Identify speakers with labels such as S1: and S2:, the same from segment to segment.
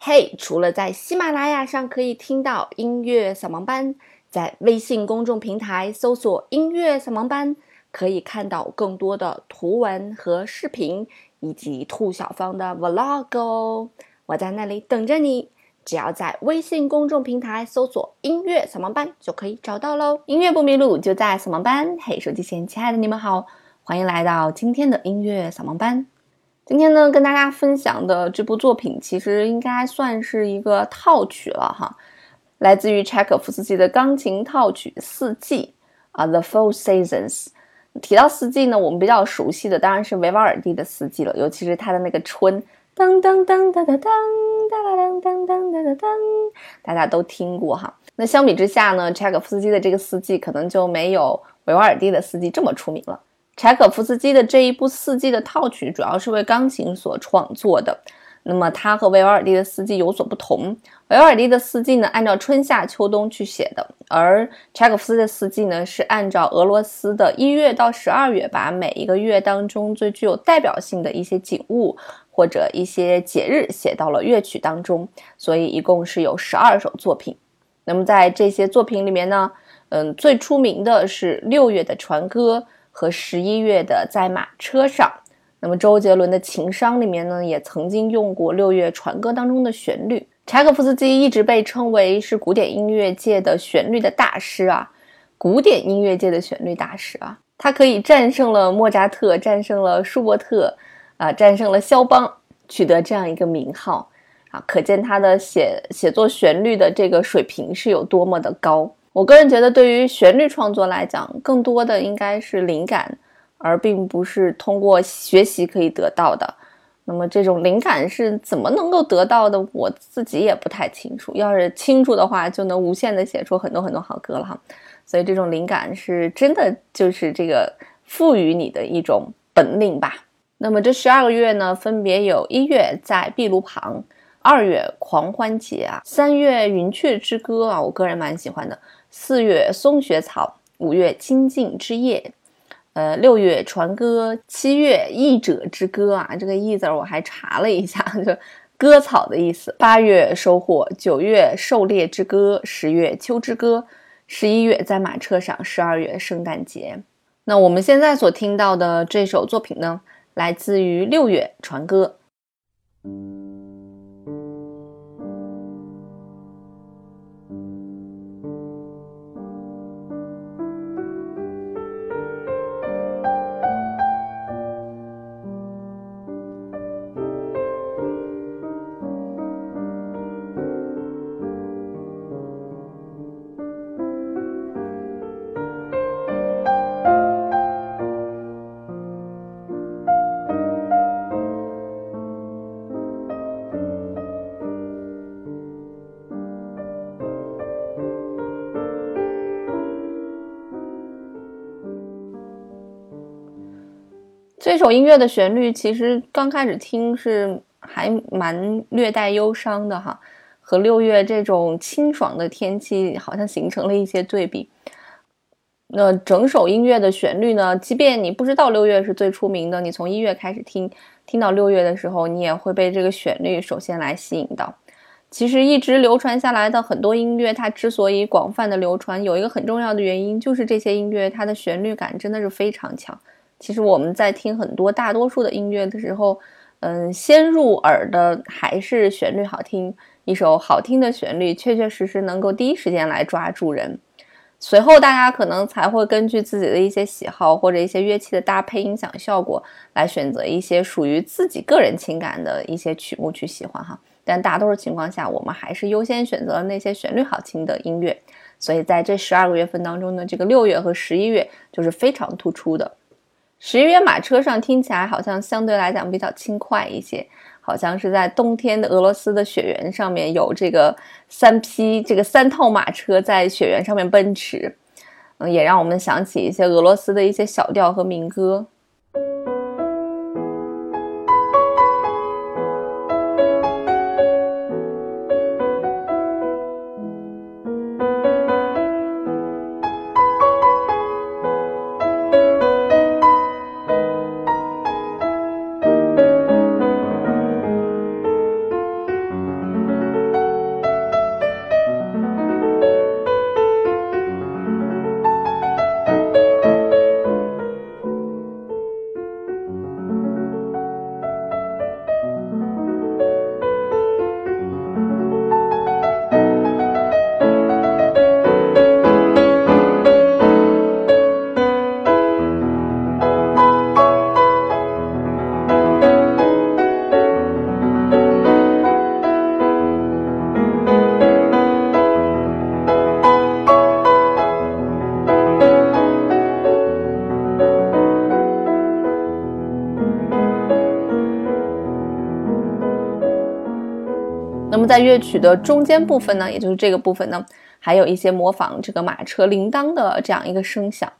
S1: 嘿，除了在喜马拉雅上可以听到音乐扫盲班，在微信公众平台搜索音乐扫盲班，可以看到更多的图文和视频，以及兔小芳的 vlog 哦。我在那里等着你，只要在微信公众平台搜索音乐扫盲班就可以找到咯。音乐不迷路，就在扫盲班。嘿，手机前亲爱的你们好，欢迎来到今天的音乐扫盲班。今天呢，跟大家分享的这部作品其实应该算是一个套曲了哈，来自于柴可夫斯基的钢琴套曲《四季》The Four Seasons。提到四季呢，我们比较熟悉的当然是维瓦尔第的四季了，尤其是他的那个春，噔噔噔噔噔噔噔噔噔噔噔，大家都听过哈。那相比之下呢，柴可夫斯基的这个四季可能就没有维瓦尔第的四季这么出名了。柴可夫斯基的这一部四季的套曲主要是为钢琴所创作的，那么它和维瓦尔第的四季有所不同。维瓦尔第的四季呢，按照春夏秋冬去写的，而柴可夫斯基的四季呢，是按照俄罗斯的1月到12月，把每一个月当中最具有代表性的一些景物或者一些节日写到了乐曲当中，所以一共是有12首作品。那么在这些作品里面呢，最出名的是6月的船歌和11月的在马车上。那么周杰伦的情伤里面呢，也曾经用过6月船歌当中的旋律。柴可夫斯基一直被称为是古典音乐界的旋律的大师啊，古典音乐界的旋律大师啊，他可以战胜了莫扎特，战胜了舒伯特战胜了肖邦，取得这样一个名号啊，可见他的写作旋律的这个水平是有多么的高。我个人觉得对于旋律创作来讲，更多的应该是灵感，而并不是通过学习可以得到的。那么这种灵感是怎么能够得到的，我自己也不太清楚，要是清楚的话就能无限的写出很多很多好歌了哈。所以这种灵感是真的就是这个赋予你的一种本领吧。那么这12个月呢，分别有1月在壁炉旁，2月狂欢节啊，3月云雀之歌啊，我个人蛮喜欢的，4月松雪草，5月清净之夜，6月船歌，7月译者之歌啊，这个译字我还查了一下，就割草的意思。8月收获，9月狩猎之歌，10月秋之歌，11月在马车上，12月圣诞节。那我们现在所听到的这首作品呢，来自于6月船歌。这首音乐的旋律其实刚开始听是还蛮略带忧伤的哈，和6月这种清爽的天气好像形成了一些对比。那整首音乐的旋律呢，即便你不知道6月是最出名的，你从1月开始听到6月的时候，你也会被这个旋律首先来吸引到。其实一直流传下来的很多音乐，它之所以广泛的流传，有一个很重要的原因，就是这些音乐它的旋律感真的是非常强。其实我们在听大多数的音乐的时候，先入耳的还是旋律好听，一首好听的旋律确确实实能够第一时间来抓住人。随后大家可能才会根据自己的一些喜好或者一些乐器的搭配音响效果来选择一些属于自己个人情感的一些曲目去喜欢哈。但大多数情况下，我们还是优先选择那些旋律好听的音乐。所以在这12个月份当中呢，这个6月和11月就是非常突出的。11月马车上听起来好像相对来讲比较轻快一些，好像是在冬天的俄罗斯的雪原上面有这个3套马车在雪原上面奔驰，也让我们想起一些俄罗斯的一些小调和民歌。 那么在乐曲的中间部分呢，也就是这个部分呢，还有一些模仿这个马车铃铛的这样一个声响。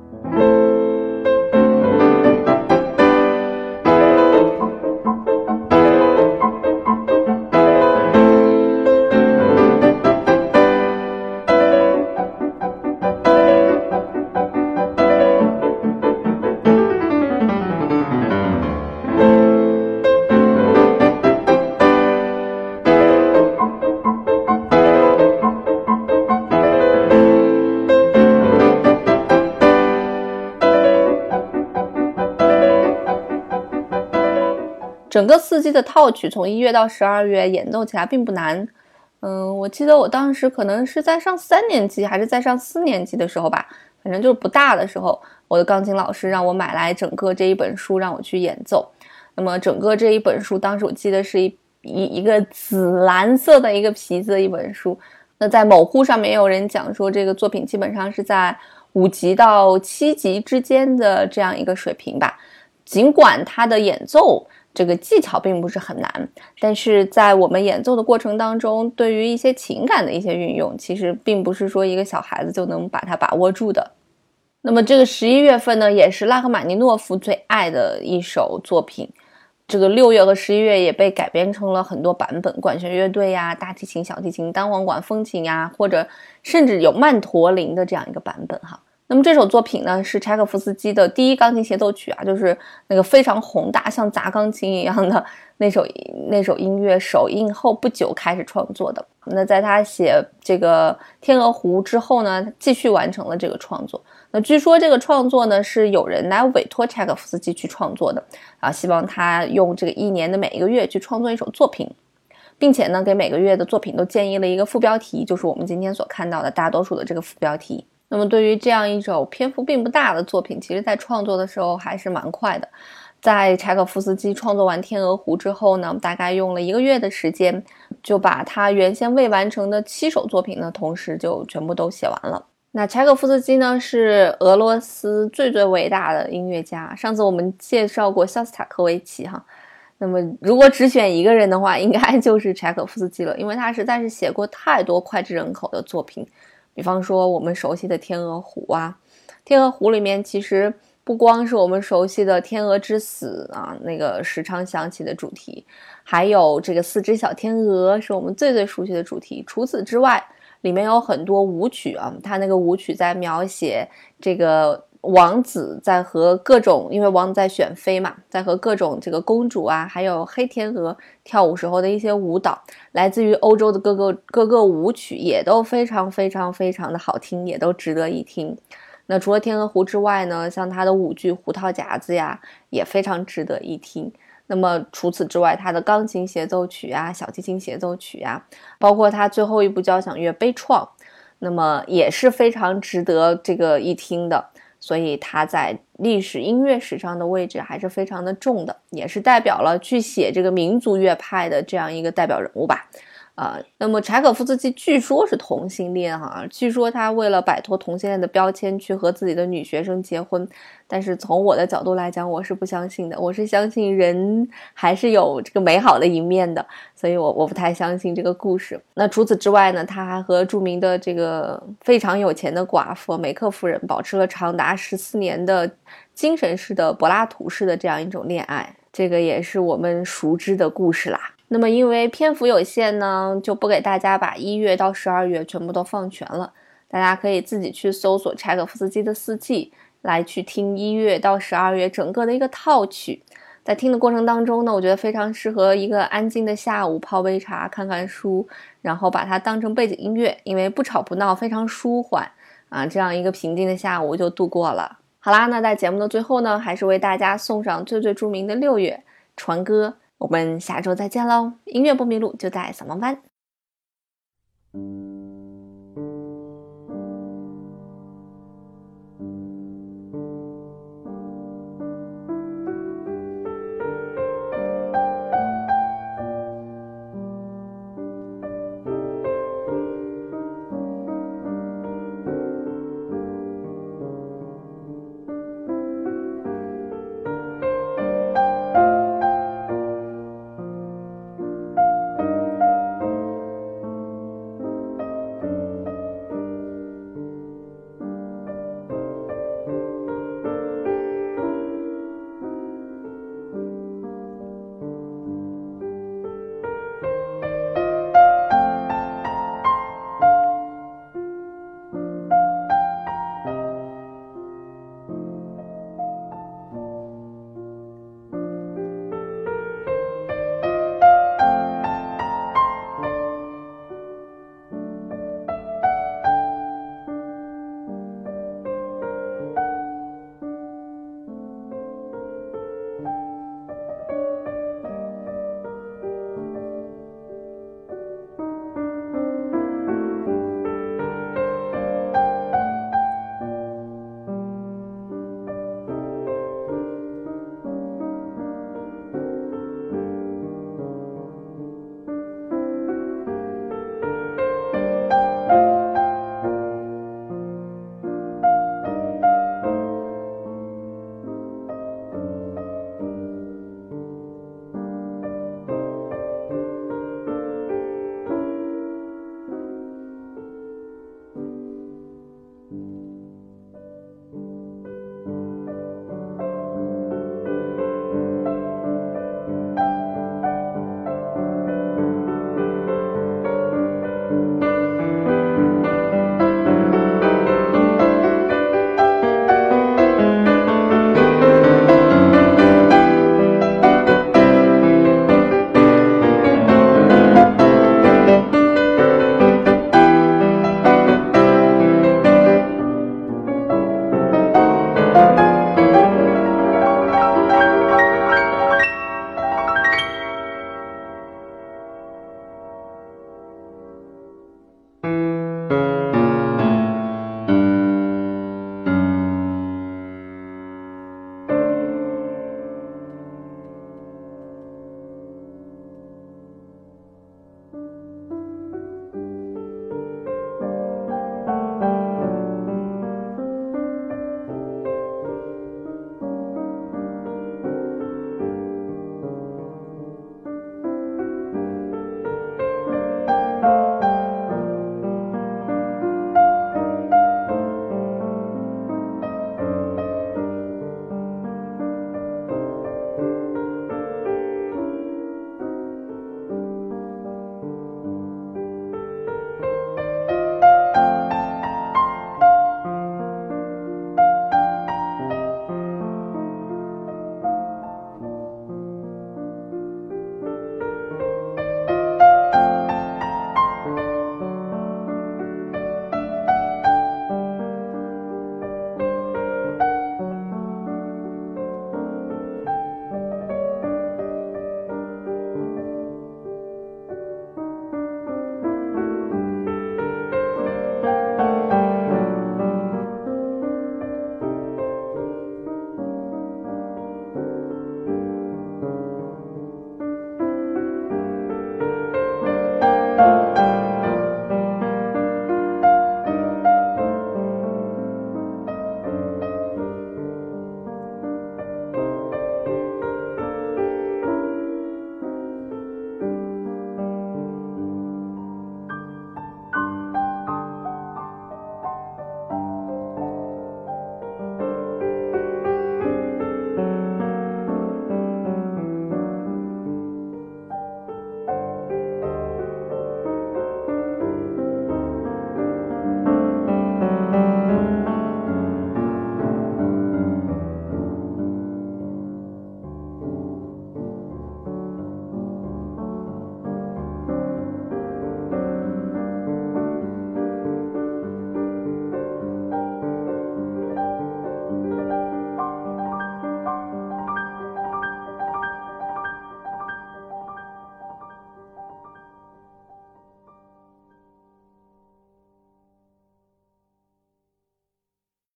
S1: 整个四季的套曲从1月到12月演奏起来并不难。我记得我当时可能是在上3年级还是在上4年级的时候吧，反正就是不大的时候，我的钢琴老师让我买来整个这一本书让我去演奏。那么整个这一本书当时我记得是一个紫蓝色的一个皮子的一本书。那在某乎上面也有人讲说，这个作品基本上是在5级到7级之间的这样一个水平吧。尽管它的演奏这个技巧并不是很难，但是在我们演奏的过程当中，对于一些情感的一些运用，其实并不是说一个小孩子就能把它把握住的。那么这个11月份呢，也是拉赫玛尼诺夫最爱的一首作品。这个6月和11月也被改编成了很多版本，管弦乐队呀、大提琴、小提琴、单簧管、风琴呀，或者甚至有曼陀林的这样一个版本哈。那么这首作品呢，是柴可夫斯基的第一钢琴协奏曲啊，就是那个非常宏大像砸钢琴一样的那首音乐首映后不久开始创作的。那在他写这个天鹅湖之后呢，继续完成了这个创作。那据说这个创作呢，是有人来委托柴可夫斯基去创作的啊，希望他用这个1年的每一个月去创作一首作品，并且呢，给每个月的作品都建议了一个副标题，就是我们今天所看到的大多数的这个副标题。那么对于这样一首篇幅并不大的作品，其实在创作的时候还是蛮快的。在柴可夫斯基创作完《天鹅湖》之后呢，大概用了1个月的时间，就把他原先未完成的7首作品呢，同时就全部都写完了。那柴可夫斯基呢，是俄罗斯最伟大的音乐家。上次我们介绍过肖斯塔科维奇哈，那么如果只选一个人的话，应该就是柴可夫斯基了，因为他实在是写过太多脍炙人口的作品。比方说我们熟悉的《天鹅湖》啊，《天鹅湖》里面其实不光是我们熟悉的天鹅之死啊，那个时常响起的主题，还有这个4只小天鹅是我们最熟悉的主题。除此之外，里面有很多舞曲啊，它那个舞曲在描写这个王子在和各种，因为王子在选妃嘛，在和各种这个公主啊，还有黑天鹅跳舞时候的一些舞蹈，来自于欧洲的各个舞曲，也都非常的好听，也都值得一听。那除了天鹅湖之外呢，像他的舞剧《胡桃夹子》呀，也非常值得一听。那么除此之外，他的钢琴协奏曲啊、小提琴协奏曲啊，包括他最后一部交响乐《悲怆》，那么也是非常值得这个一听的。所以他在历史音乐史上的位置还是非常的重的，也是代表了去写这个民族乐派的这样一个代表人物吧。那么柴可夫斯基据说是同性恋哈，据说他为了摆脱同性恋的标签去和自己的女学生结婚，但是从我的角度来讲，我是不相信的，我是相信人还是有这个美好的一面的，所以我不太相信这个故事。那除此之外呢，他还和著名的这个非常有钱的寡妇梅克夫人保持了长达14年的精神式的柏拉图式的这样一种恋爱，这个也是我们熟知的故事啦。那么因为篇幅有限呢，就不给大家把1月到12月全部都放全了，大家可以自己去搜索柴可夫斯基的4季来去听1月到12月整个的一个套曲。在听的过程当中呢，我觉得非常适合一个安静的下午，泡杯茶看看书，然后把它当成背景音乐，因为不吵不闹，非常舒缓啊，这样一个平静的下午就度过了。好啦，那在节目的最后呢，还是为大家送上最著名的6月船歌。我们下周再见喽！音乐不迷路，就在扫盲班。